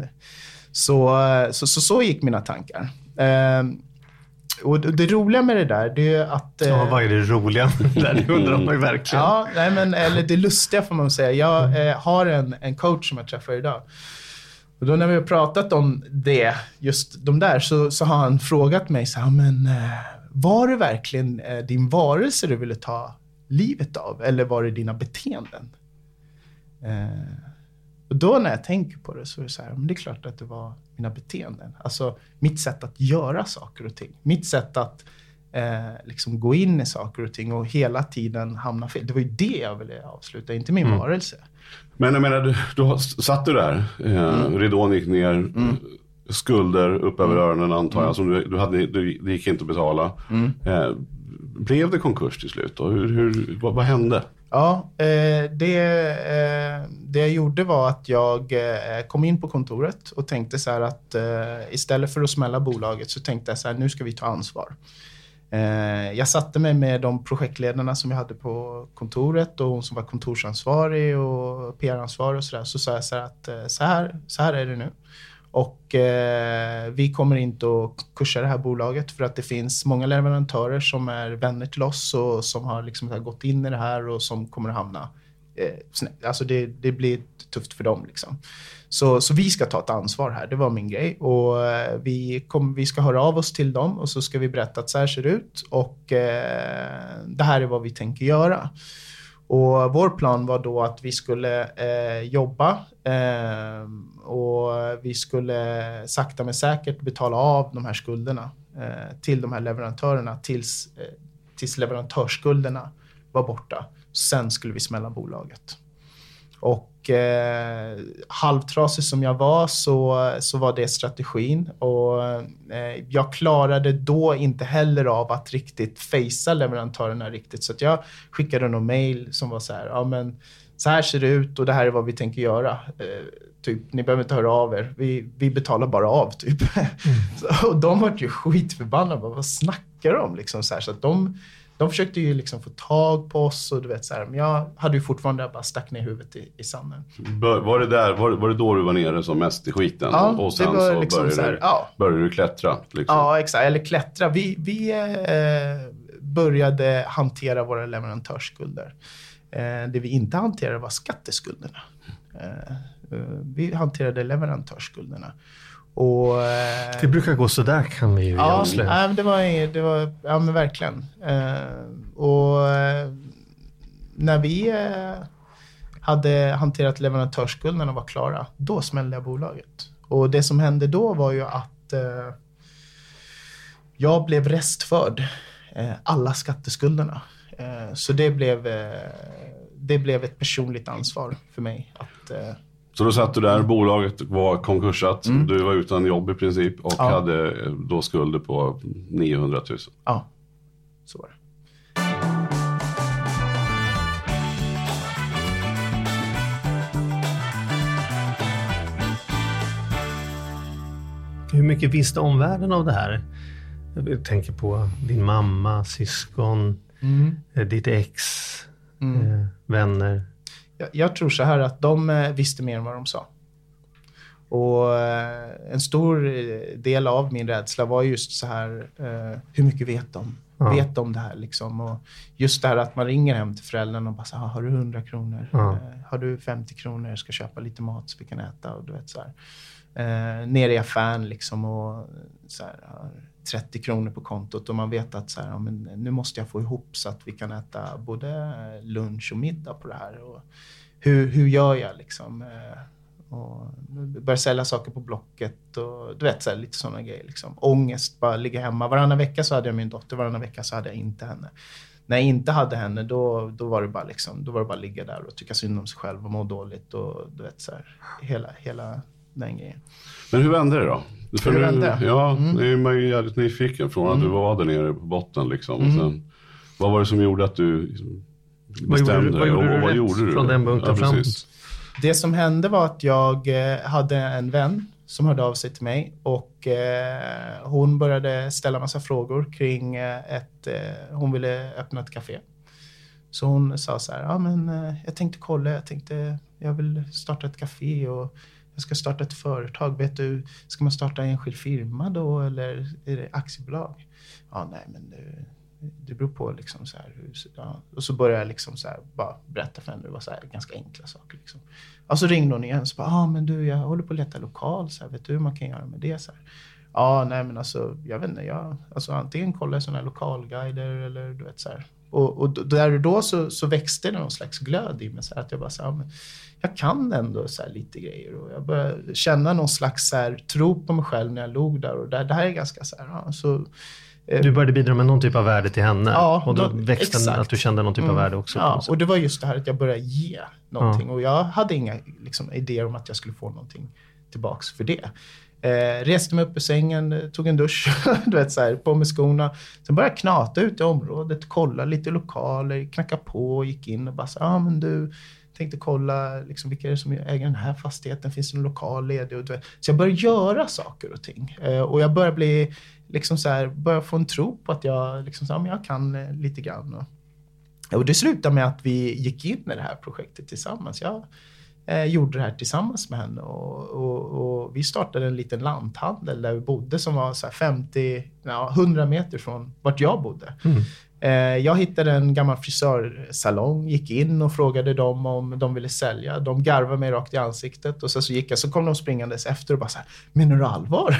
så gick mina tankar. Och det roliga med det där, det är att vad är det roliga? Det undrar man ju verkligen. Ja, nej, men eller det lustiga får man säga. Jag har en coach som jag träffar idag. Och då när vi har pratat om det, just de där, så har han frågat mig så här, men var det verkligen din varelse du ville ta livet av? Eller var det dina beteenden? Och då när jag tänker på det så är det så här, men det är klart att det var mina beteenden. Alltså mitt sätt att göra saker och ting. Mitt sätt att liksom gå in i saker och ting och hela tiden hamna fel. Det var ju det jag ville avsluta, inte min varelse. Men jag menar, du satt du där, ridån gick ner, skulder upp över öronen antar jag, som det gick inte att betala. Blev det konkurs till slut då? Vad hände? Ja, det jag gjorde var att jag kom in på kontoret och tänkte så här att istället för att smälla bolaget så tänkte jag så här, nu ska vi ta ansvar. Jag satte mig med de projektledarna som jag hade på kontoret och hon som var kontorsansvarig och PR-ansvarig och sådär. Så sa jag så här att så här är det nu. Och vi kommer inte att kursa det här bolaget för att det finns många leverantörer som är vänner till oss och som har liksom gått in i det här och som kommer att hamna alltså det blir tufft för dem liksom. Så vi ska ta ett ansvar här, det var min grej. Och vi ska höra av oss till dem och så ska vi berätta att så här ser det ut och det här är vad vi tänker göra. Och vår plan var då att vi skulle jobba och vi skulle sakta men säkert betala av de här skulderna till de här leverantörerna tills leverantörsskulderna var borta. Sen skulle vi smälla bolaget. Och halvtrasig som jag var så var det strategin. Och jag klarade då inte heller av att riktigt facea leverantörerna riktigt. Så att jag skickade någon mail som var så här, ja men så här ser det ut och det här är vad vi tänker göra. Typ, ni behöver inte höra av er. Vi betalar bara av typ. Och de var ju skitförbannade. Vad snackar de liksom så här? Så att de försökte ju liksom få tag på oss och du vet så här, men jag hade ju fortfarande bara stack ner huvudet i sanden. Var det då du var nere som mest i skiten? Ja, och sen det var så liksom började du klättra? Liksom. Ja, exakt. Eller klättra. Vi började hantera våra leverantörsskulder. Det vi inte hanterade var skatteskulderna. Vi hanterade leverantörsskulderna. Och, det brukar gå så där, kan vi ju avslöja. Det var ja, men verkligen. Och när vi hade hanterat leverantörsskulderna och var klara, då smällde jag bolaget. Och det som hände då var ju att jag blev restförd alla skatteskulderna. Så det blev ett personligt ansvar för mig. Så då satt du där, bolaget var konkursat, du var utan jobb i princip och hade då skulder på 900 000. Ja, så var det. Hur mycket visste omvärlden av det här? Jag tänker på din mamma, syskon, ditt ex, vänner. Jag tror så här att de visste mer än vad de sa. Och en stor del av min rädsla var just så här, hur mycket vet de? Ja. Vet de det här liksom? Och just det här att man ringer hem till föräldrarna och bara så här, har du 100 kronor? Ja. Har du 50 kronor? Jag ska köpa lite mat så vi kan äta, och du vet så här. Nere i affären liksom, och så här, 30 kronor på kontot, och man vet att så här, ja, men nu måste jag få ihop så att vi kan äta både lunch och middag på det här. Och hur gör jag liksom? Och börja sälja saker på Blocket och du vet så här, lite sådana grejer liksom. Ångest, bara ligga hemma. Varannan vecka så hade jag min dotter, varannan vecka så hade jag inte henne. När jag inte hade henne, då var det bara liksom, då var det bara ligga där och tycka synd om sig själv och må dåligt, och du vet så här, hela den grejen. Men hur vände det då? För hur vände? Ja, det är man ju jävligt nyfiken från att du var där nere på botten liksom. Och sen, vad var det som gjorde att du bestämde dig? Vad gjorde du från den punkten fram? Det som hände var att jag hade en vän som hörde av sig till mig, och hon började ställa massa frågor kring hon ville öppna ett café. Så hon sa så här, ja men jag tänkte kolla, jag vill starta ett café och jag ska starta ett företag. Vet du, ska man starta en enskild firma då, eller är det aktiebolag? Ja, nej men det beror på liksom så här. Ja. Och så började jag liksom så här bara berätta för henne. Det var så här ganska enkla saker liksom. Och så ringde hon igen och så bara, men du, jag håller på att leta lokal. Så här, vet du hur man kan göra med det? Så här. Ja, nej men alltså, jag vet inte. Alltså antingen kollar jag sådana här lokalguider eller du vet så här. Och där och då så växte det någon slags glöd i mig. Så här, att jag bara så här, men jag kan ändå så här lite grejer. Och jag började känna någon slags så här, tro på mig själv när jag låg där. Och det här är ganska så här, ja, så... Du började bidra med någon typ av värde till henne. Ja, och då växte den att du kände någon typ av värde också. Ja, och det var just det här att jag började ge någonting. Ja. Och jag hade inga liksom, idéer om att jag skulle få någonting tillbaks för det. Reste mig upp ur sängen, tog en dusch, du vet så här, på med skorna. Sen började jag knata ut i området, kolla lite lokaler, knacka på, gick in och bara så men du... tänkte kolla liksom, vilka är det som äger den här fastigheten, finns det någon lokal ledig, och så jag började göra saker och ting, och jag började bli liksom så här, började få en tro på att jag liksom så här, men jag kan lite grann, och det slutade med att vi gick in i det här projektet tillsammans. Jag gjorde det här tillsammans med henne, och vi startade en liten lanthandel där vi bodde, som var så här 100 meter från vart jag bodde. Jag hittade en gammal frisörsalong, gick in och frågade dem om de ville sälja. De garvade mig rakt i ansiktet, och så gick jag, så kom de springandes efter och bara så här, menar du allvar?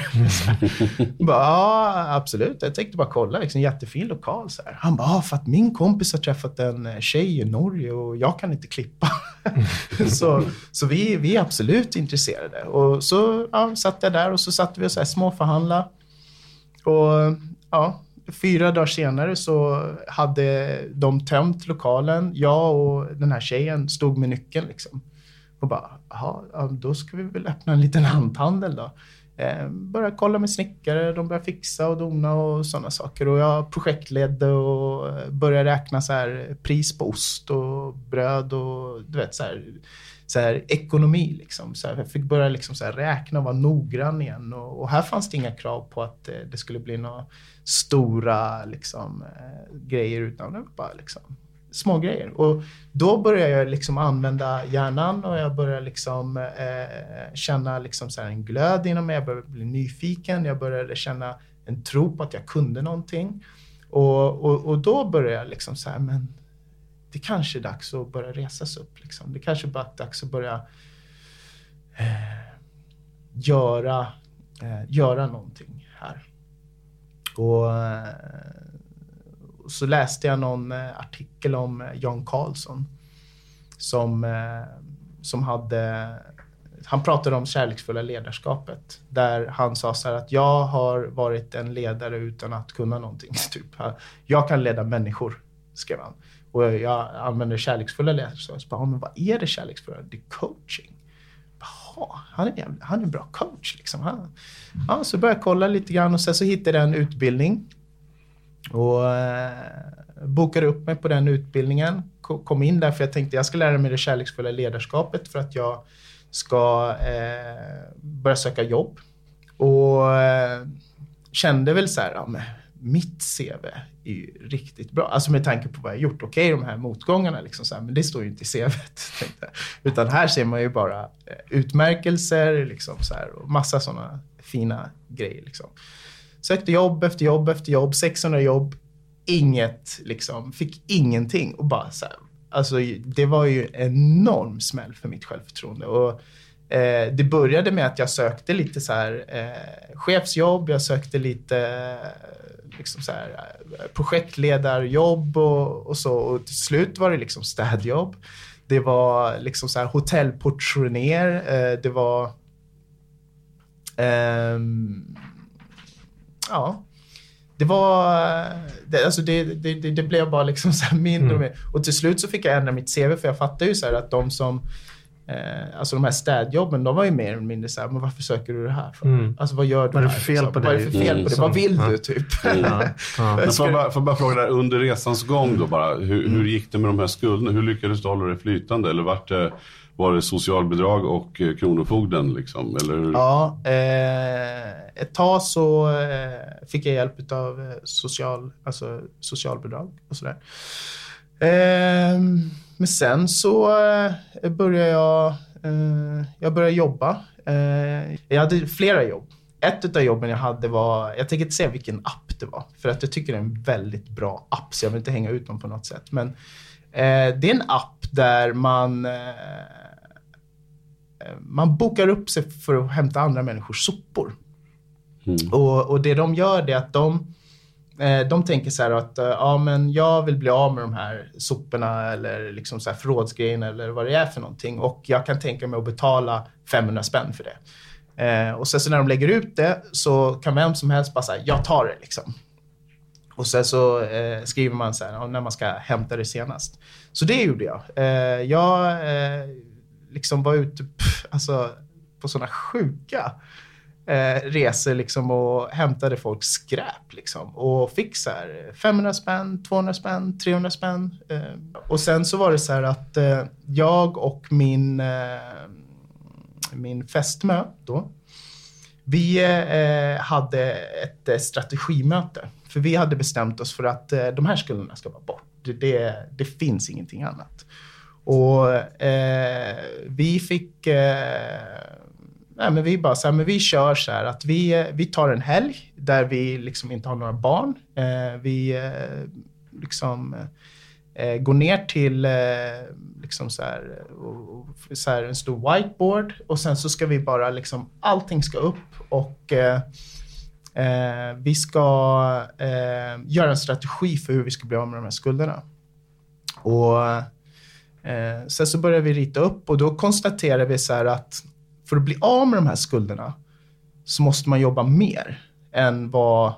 Bara, ja, absolut. Jag tänkte bara kolla, liksom, jättefin lokal. Så här. Han bara, för att min kompis har träffat en tjej i Norge och jag kan inte klippa. så vi är absolut intresserade. Och så satt jag där, och så satt vi och så här småförhandla. Och ja... 4 dagar senare så hade de tömt lokalen. Jag och den här tjejen stod med nyckeln liksom. Och bara, då ska vi väl öppna en liten lanthandel då. Började kolla med snickare, de började fixa och dona och sådana saker. Och jag projektledde och började räkna så här pris på ost och bröd och du vet så här ekonomi liksom. Så här, jag fick börja liksom så här räkna och vara noggrann igen. Och här fanns det inga krav på att det skulle bli några stora liksom, grejer, utan det var bara liksom små grejer. Och då började jag liksom använda hjärnan, och jag började liksom känna liksom så här en glöd inom mig. Jag började bli nyfiken. Jag började känna en tro på att jag kunde någonting. Och då började jag liksom så här, men det kanske är dags att börja resas upp. Liksom. Det kanske bara är dags att börja göra göra någonting här. Och så läste jag någon artikel om Jan Carlson som han pratade om kärleksfulla ledarskapet, där han sa så här att jag har varit en ledare utan att kunna någonting. Typ. Jag kan leda människor, skrev han. Och jag använder kärleksfulla ledarskap. Så bara, men vad är det kärleksfulla? Det är coaching. Jaha, han är en bra coach. Liksom. Så började jag kolla lite grann och sen så hittade jag en utbildning. Och bokade upp mig på den utbildningen. Kom in där för jag tänkte jag ska lära mig det kärleksfulla ledarskapet för att jag ska börja söka jobb. Och kände väl så här, men mitt CV är ju riktigt bra. Alltså med tanke på vad jag gjort. Okej, de här motgångarna liksom så här, men det står ju inte i CV:t. Utan här ser man ju bara utmärkelser liksom så här, och massa sådana fina grejer liksom. Sökte jobb efter jobb efter jobb, 600 jobb, inget liksom, fick ingenting och bara så här, alltså det var ju en enorm smäll för mitt självförtroende och det började med att jag sökte lite så här chefsjobb, jag sökte lite liksom så här projektledarjobb och så, och till slut var det liksom städjobb. Det var liksom så här hotellportionär, det var det var alltså det blev bara liksom så här mindre och mer. Och till slut så fick jag ändra mitt CV för jag fattade ju så här att de som alltså de här städjobben, de var ju mer eller mindre så här, men varför söker du det här för? Alltså vad gör du? Vad är det för fel på dig? Vad är det för fel på dig? Vad vill du typ? Men får bara fråga där, under resans gång då bara, hur gick det med de här skulderna? Hur lyckades du hålla det flytande? Eller var det socialbidrag och kronofogden liksom? Eller hur? Ja, ett tag så fick jag hjälp av socialbidrag och sådär. Men sen så började jag började jobba. Jag hade flera jobb. Ett av jobben jag hade var, jag tänker inte säga vilken app det var, för att jag tycker det är en väldigt bra app, så jag vill inte hänga ut dem på något sätt. Men det är en app där man bokar upp sig för att hämta andra människors sopor. Och det de gör är att de tänker så här att men jag vill bli av med de här soporna eller liksom så här förrådsgrejerna eller vad det är för någonting, och jag kan tänka mig att betala 500 spänn för det. Och sen så när de lägger ut det så kan vem som helst bara säga jag tar det liksom. Och sen så skriver man så här när man ska hämta det senast. Så det gjorde jag. Jag liksom var ute på såna sjuka resor liksom och hämtade folks skräp liksom, och fick så här 500 spänn, 200 spänn, 300 spänn. Och sen så var det så här att jag och min fästmö då, vi hade ett strategimöte. För vi hade bestämt oss för att de här skulderna ska vara bort. Det finns ingenting annat. Och vi fick... men vi bara så här, men vi kör så här att vi tar en helg där vi liksom inte har några barn. Vi liksom går ner till liksom så här en stor whiteboard, och sen så ska vi bara liksom, allting ska upp, och vi ska göra en strategi för hur vi ska bli av med de här skulderna. Och sen så börjar vi rita upp, och då konstaterar vi så här att för att bli av med de här skulderna så måste man jobba mer än vad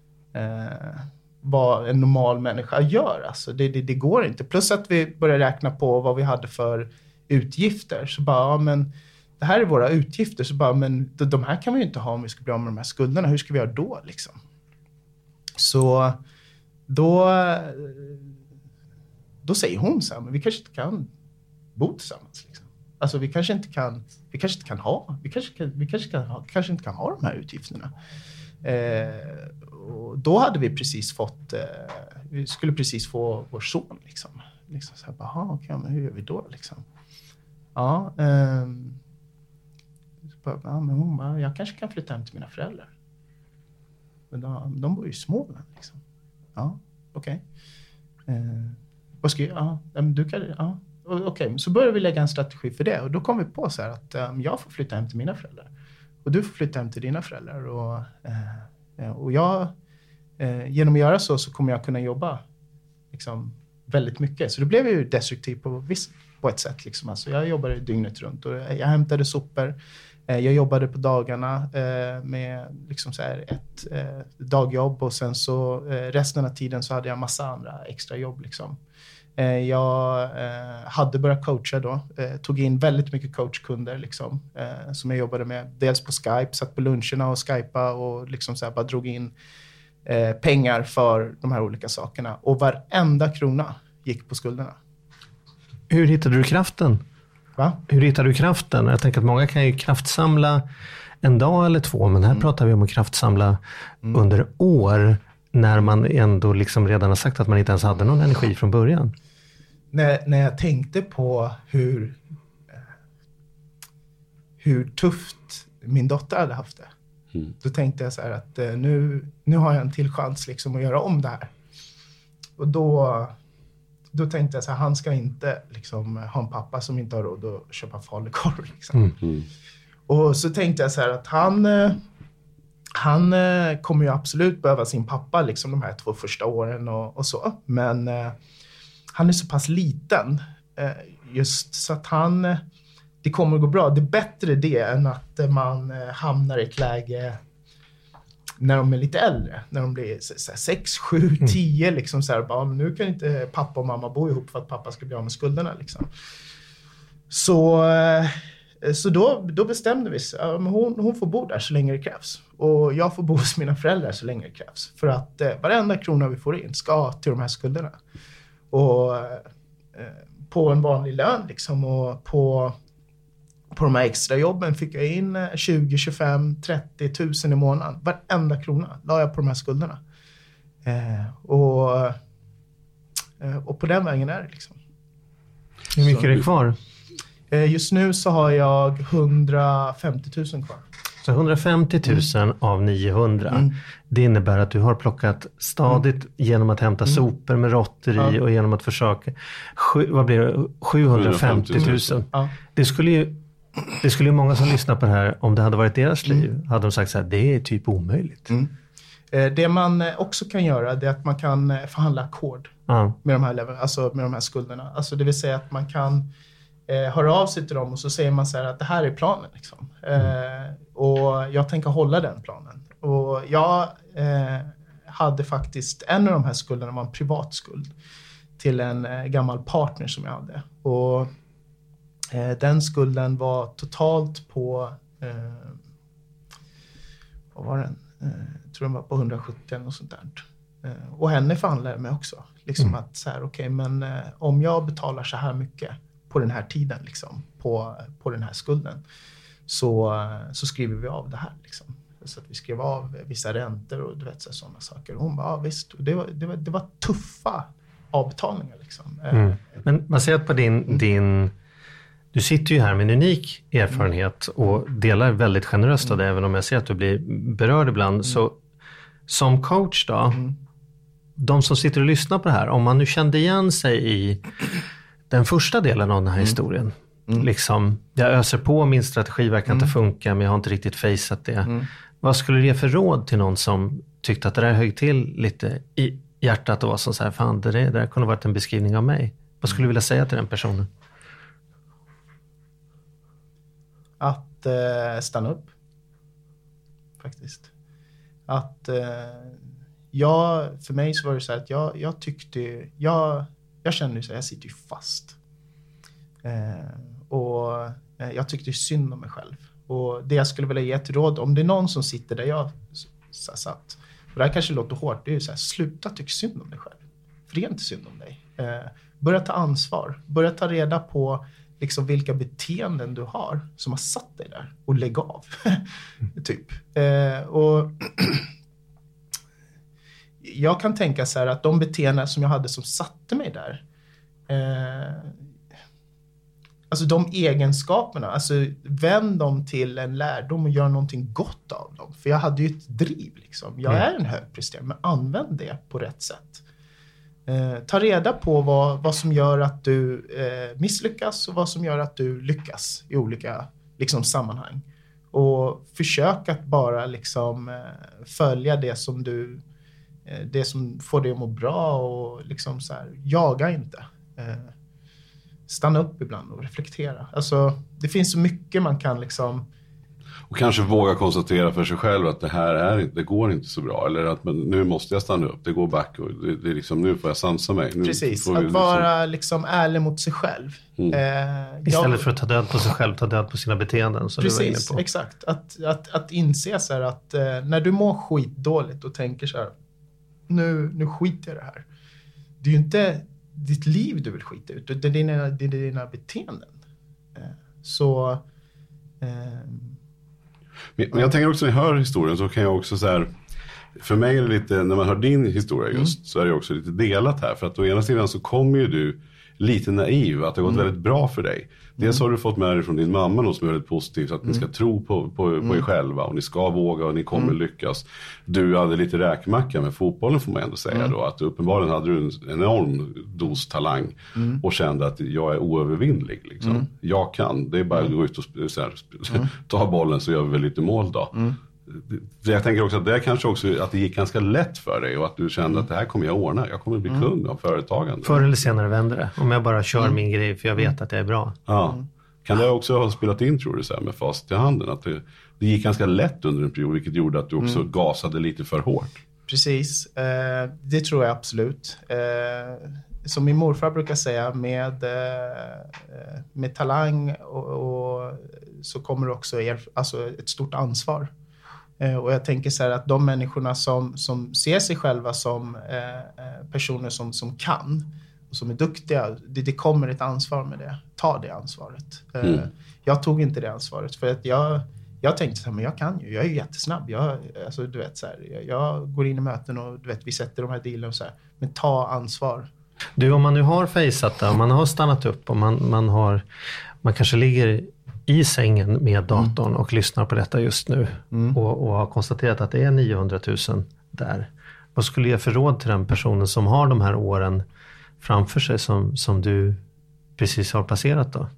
en normal människa gör. Alltså det går inte. Plus att vi börjar räkna på vad vi hade för utgifter. Så bara, men det här är våra utgifter. Så bara, men de här kan vi ju inte ha om vi ska bli av med de här skulderna. Hur ska vi göra då liksom? Så då säger hon så här, men vi kanske inte kan bo tillsammans liksom. Alltså vi kanske inte kan ha de här utgifterna. Och då hade vi precis fått, vi skulle precis få vår son liksom så här, okej, men hur gör vi då liksom? Ja, men hon bara, jag kanske kan flytta hem till mina föräldrar. Men de bor ju i Småland liksom. Ja, okej. Vad ska jag? Ja, men du kan, ja. Okej, så började vi lägga en strategi för det. Och då kom vi på så här att jag får flytta hem till mina föräldrar. Och du får flytta hem till dina föräldrar. Och jag, genom att göra så kommer jag kunna jobba liksom väldigt mycket. Så det blev ju destruktivt på ett sätt. Liksom. Alltså jag jobbade dygnet runt och jag hämtade sopor. Jag jobbade på dagarna med liksom så här ett dagjobb och sen så resten av tiden så hade jag massa andra extra jobb. Liksom. Jag hade börjat coacha då. Tog in väldigt mycket coachkunder liksom, som jag jobbade med. Dels på Skype, satt på luncherna och skypa och liksom så här bara drog in pengar för de här olika sakerna. Och varenda krona gick på skulderna. Hur hittade du kraften? Va? Hur hittar du kraften? Jag tänker att många kan ju kraftsamla en dag eller två, men här pratar vi om att kraftsamla under år när man ändå liksom redan har sagt att man inte ens hade någon energi från början. När jag tänkte på hur tufft min dotter hade haft det, då tänkte jag så här att nu har jag en till chans liksom att göra om det här. Och då tänkte jag så här, han ska inte liksom ha en pappa som inte har råd att köpa falukorv. Liksom. Och så tänkte jag så här att han kommer ju absolut behöva sin pappa liksom de här 2 första åren och så. Men han är så pass liten just så att det kommer att gå bra. Det är bättre det än att man hamnar i ett läge när de är lite äldre, när de blir 6, 7, 10 liksom så här, bara, nu kan inte pappa och mamma bo ihop för att pappa ska bli av med skulderna liksom. Så då bestämde vi så, hon får bo där så länge det krävs och jag får bo hos mina föräldrar så länge det krävs för att varenda krona vi får in ska till de här skulderna och på en vanlig lön liksom och på de här extra jobben fick jag in 20, 25, 30 tusen i månaden. Varenda krona la jag på de här skulderna. Och på den vägen är det liksom. Hur mycket är det kvar? Just nu så har jag 150 000 kvar. Så 150 000 av 900. Det innebär att du har plockat stadigt genom att hämta sopor med råtter i och genom att försöka. Vad blir det? 750 000. Ja. Det skulle ju många som lyssnar på det här, om det hade varit deras liv, hade de sagt så här, det är typ omöjligt. Det man också kan göra, det är att man kan förhandla ackord med de här alltså med de här skulderna. Alltså det vill säga att man kan höra av sig till dem och så säger man så här att det här är planen liksom. Och jag tänker hålla den planen. Och jag hade faktiskt, en av de här skulderna var en privat skuld till en gammal partner som jag hade. Och den skulden var totalt på, vad var den? Jag tror den var på 170 eller något sånt där. Och henne förhandlade med också. Liksom att så här, okej, men om jag betalar så här mycket på den här tiden, liksom, på den här skulden, så skriver vi av det här. Liksom. Så att vi skrev av vissa räntor och du vet, sådana saker. Och hon bara, ja visst. Och det var tuffa avbetalningar. Liksom. Men baserat på din du sitter ju här med en unik erfarenhet och delar väldigt generöst av det, även om jag ser att du blir berörd ibland. Så som coach då, de som sitter och lyssnar på det här, om man nu kände igen sig i den första delen av den här historien. Liksom, jag öser på, min strategi verkar inte funka, men jag har inte riktigt faceat det. Vad skulle du ge för råd till någon som tyckte att det där högg till lite i hjärtat och var som så här, fan, det där kunde ha varit en beskrivning av mig. Vad skulle du vilja säga till den personen? Att stanna upp. Faktiskt. Att för mig så var det så här att jag tyckte, jag kände så här, jag sitter ju fast. Och jag tyckte synd om mig själv. Och det jag skulle vilja ge till råd, om det är någon som sitter där jag satt, och det här kanske låter hårt, det är ju så här, sluta tycka synd om dig själv. För det är inte synd om dig. Börja ta ansvar. Börja ta reda på liksom vilka beteenden du har som har satt dig där och lägg av. Typ. Och jag kan tänka så här att de beteenden som jag hade som satte mig där, alltså de egenskaperna, alltså vänd dem till en lärdom och gör någonting gott av dem. För jag hade ju ett driv liksom. Jag är en högpresterare, men använd det på rätt sätt. Ta reda på vad som gör att du misslyckas och vad som gör att du lyckas i olika liksom, sammanhang. Och försök att bara liksom följa det som det som får dig att må bra och liksom så här, jaga inte. Stanna upp ibland och reflektera. Alltså, det finns så mycket man kan liksom... Och kanske våga konstatera för sig själv att det går inte så bra. Eller att nu måste jag stanna upp, det går back och det är liksom, nu får jag sansa mig. Precis, att vara liksom ärlig mot sig själv. Istället för att ta död på sig själv, ta död på sina beteenden. Så precis, du var inne på. Exakt. Att inse så här att när du mår skitdåligt och tänker så här, nu skiter jag det här. Det är ju inte ditt liv du vill skita ut, det är dina beteenden. Men jag tänker också när jag hör historien så kan jag också så här, för mig är det lite, när man hör din historia just så är det också lite delat här. För att å ena sidan så kommer ju du lite naiv att det har gått väldigt bra för dig. Dels har du fått med dig från din mamma något som är väldigt positivt, att ni ska tro på er själva och ni ska våga och ni kommer lyckas. Du hade lite räkmacka med fotbollen får man ändå säga då, att uppenbarligen hade du en enorm dos talang och kände att jag är oövervinnlig liksom. Jag kan, det är bara att gå ut och så här, ta bollen så gör vi väl lite mål då. Jag tänker också att det kanske också att det gick ganska lätt för dig och att du kände att det här kommer jag ordna. Jag kommer bli kung av företagande. Förr eller senare vänder det. Om jag bara kör min grej för jag vet att det är bra. Ja. Kan det också ha spelat in tror du så här, med fast i handen? Att det gick ganska lätt under en period vilket gjorde att du också gasade lite för hårt. Precis, det tror jag absolut. Som min morfar brukar säga, med talang och så kommer det också alltså ett stort ansvar. Och jag tänker så här att de människorna som ser sig själva som personer som kan och som är duktiga, det kommer ett ansvar med det. Ta det ansvaret. Jag tog inte det ansvaret för att jag tänkte så här, men jag kan ju, jag är ju jättesnabb. Alltså, du vet, så här, jag går in i möten och du vet, vi sätter de här dealen och så här. Men ta ansvar. Du, om man nu har faceat det, om man har stannat upp och man kanske ligger i sängen med datorn och lyssnar på detta just nu och har konstaterat att det är 900 000 där. Vad skulle du ge för råd till den personen som har de här åren framför sig som du precis har passerat då?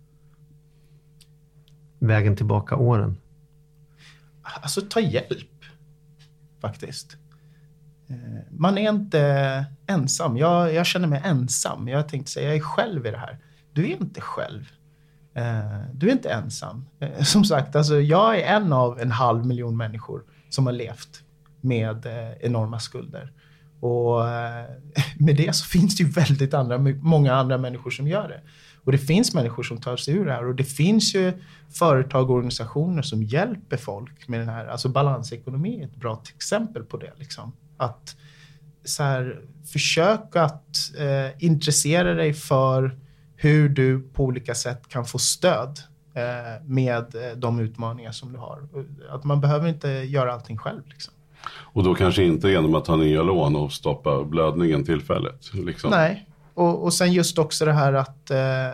Vägen tillbaka åren. Alltså ta hjälp faktiskt. Man är inte ensam. Jag känner mig ensam. Jag tänkte säga, jag är själv i det här. Du är inte själv. Du är inte ensam. Som sagt, alltså, jag är en av 500 000 människor som har levt med enorma skulder. Och med det så finns det ju många andra människor som gör det. Och det finns människor som tar sig ur det här. Och det finns ju företag och organisationer som hjälper folk med den här. Alltså balansekonomi är ett bra exempel på det. Liksom. Att så här, försöka att intressera dig för hur du på olika sätt kan få stöd med de utmaningar som du har. Att man behöver inte göra allting själv. Liksom. Och då kanske inte genom att ta nya lån och stoppa blödningen tillfället. Liksom. Nej, och sen just också det här att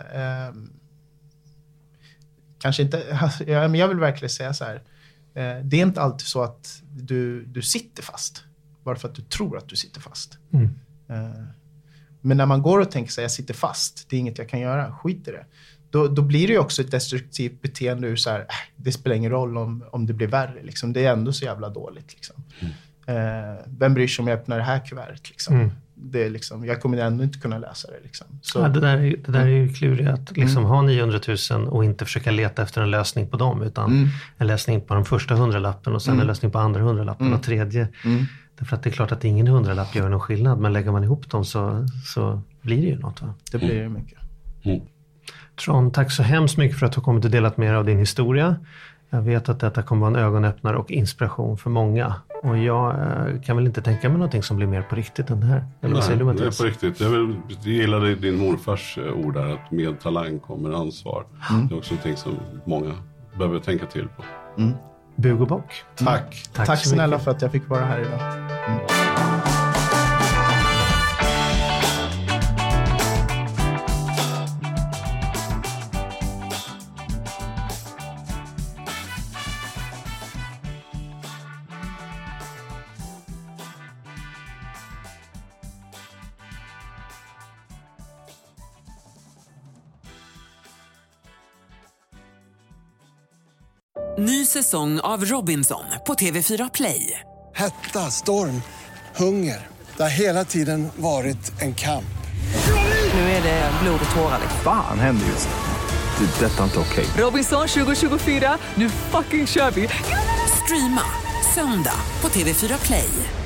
kanske inte, jag vill verkligen säga så här, det är inte alltid så att du sitter fast bara för att du tror att du sitter fast. Men när man går och tänker sig jag sitter fast, det är inget jag kan göra, skit i det. Då blir det ju också ett destruktivt beteende ur så här, det spelar ingen roll om det blir värre. Liksom. Det är ändå så jävla dåligt. Liksom. Vem bryr sig om jag öppnar det här kuvertet? Liksom? Det är liksom, jag kommer ändå inte kunna läsa det. Liksom. Så. Ja, det där är ju klurigt att liksom ha 900 000 och inte försöka leta efter en lösning på dem. Utan en lösning på den första 100-lappen och sen en lösning på andra 100-lappen och tredje. Därför att det är klart att ingen 100-lapp gör någon skillnad. Men lägger man ihop dem så blir det ju något. Va? Det blir det mycket. Trond, tack så hemskt mycket för att du har kommit och delat med dig av din historia. Jag vet att detta kommer vara en ögonöppnare och inspiration för många. Och jag kan väl inte tänka mig någonting som blir mer på riktigt än det här. Eller vad säger du, Mattias? Det är på riktigt. Jag gillade din morfars ord där, att med talang kommer ansvar. Det är också någonting som många behöver tänka till på. Bug och bock. Tack snälla för att jag fick vara här idag. Ny säsong av Robinson på TV4 Play. Hetta, storm, hunger. Det har hela tiden varit en kamp. Nu är det blod och tårar. Fan händer just nu. Det. Detta är inte okej. Robinson 2024, nu fucking kör vi. Streama söndag på TV4 Play.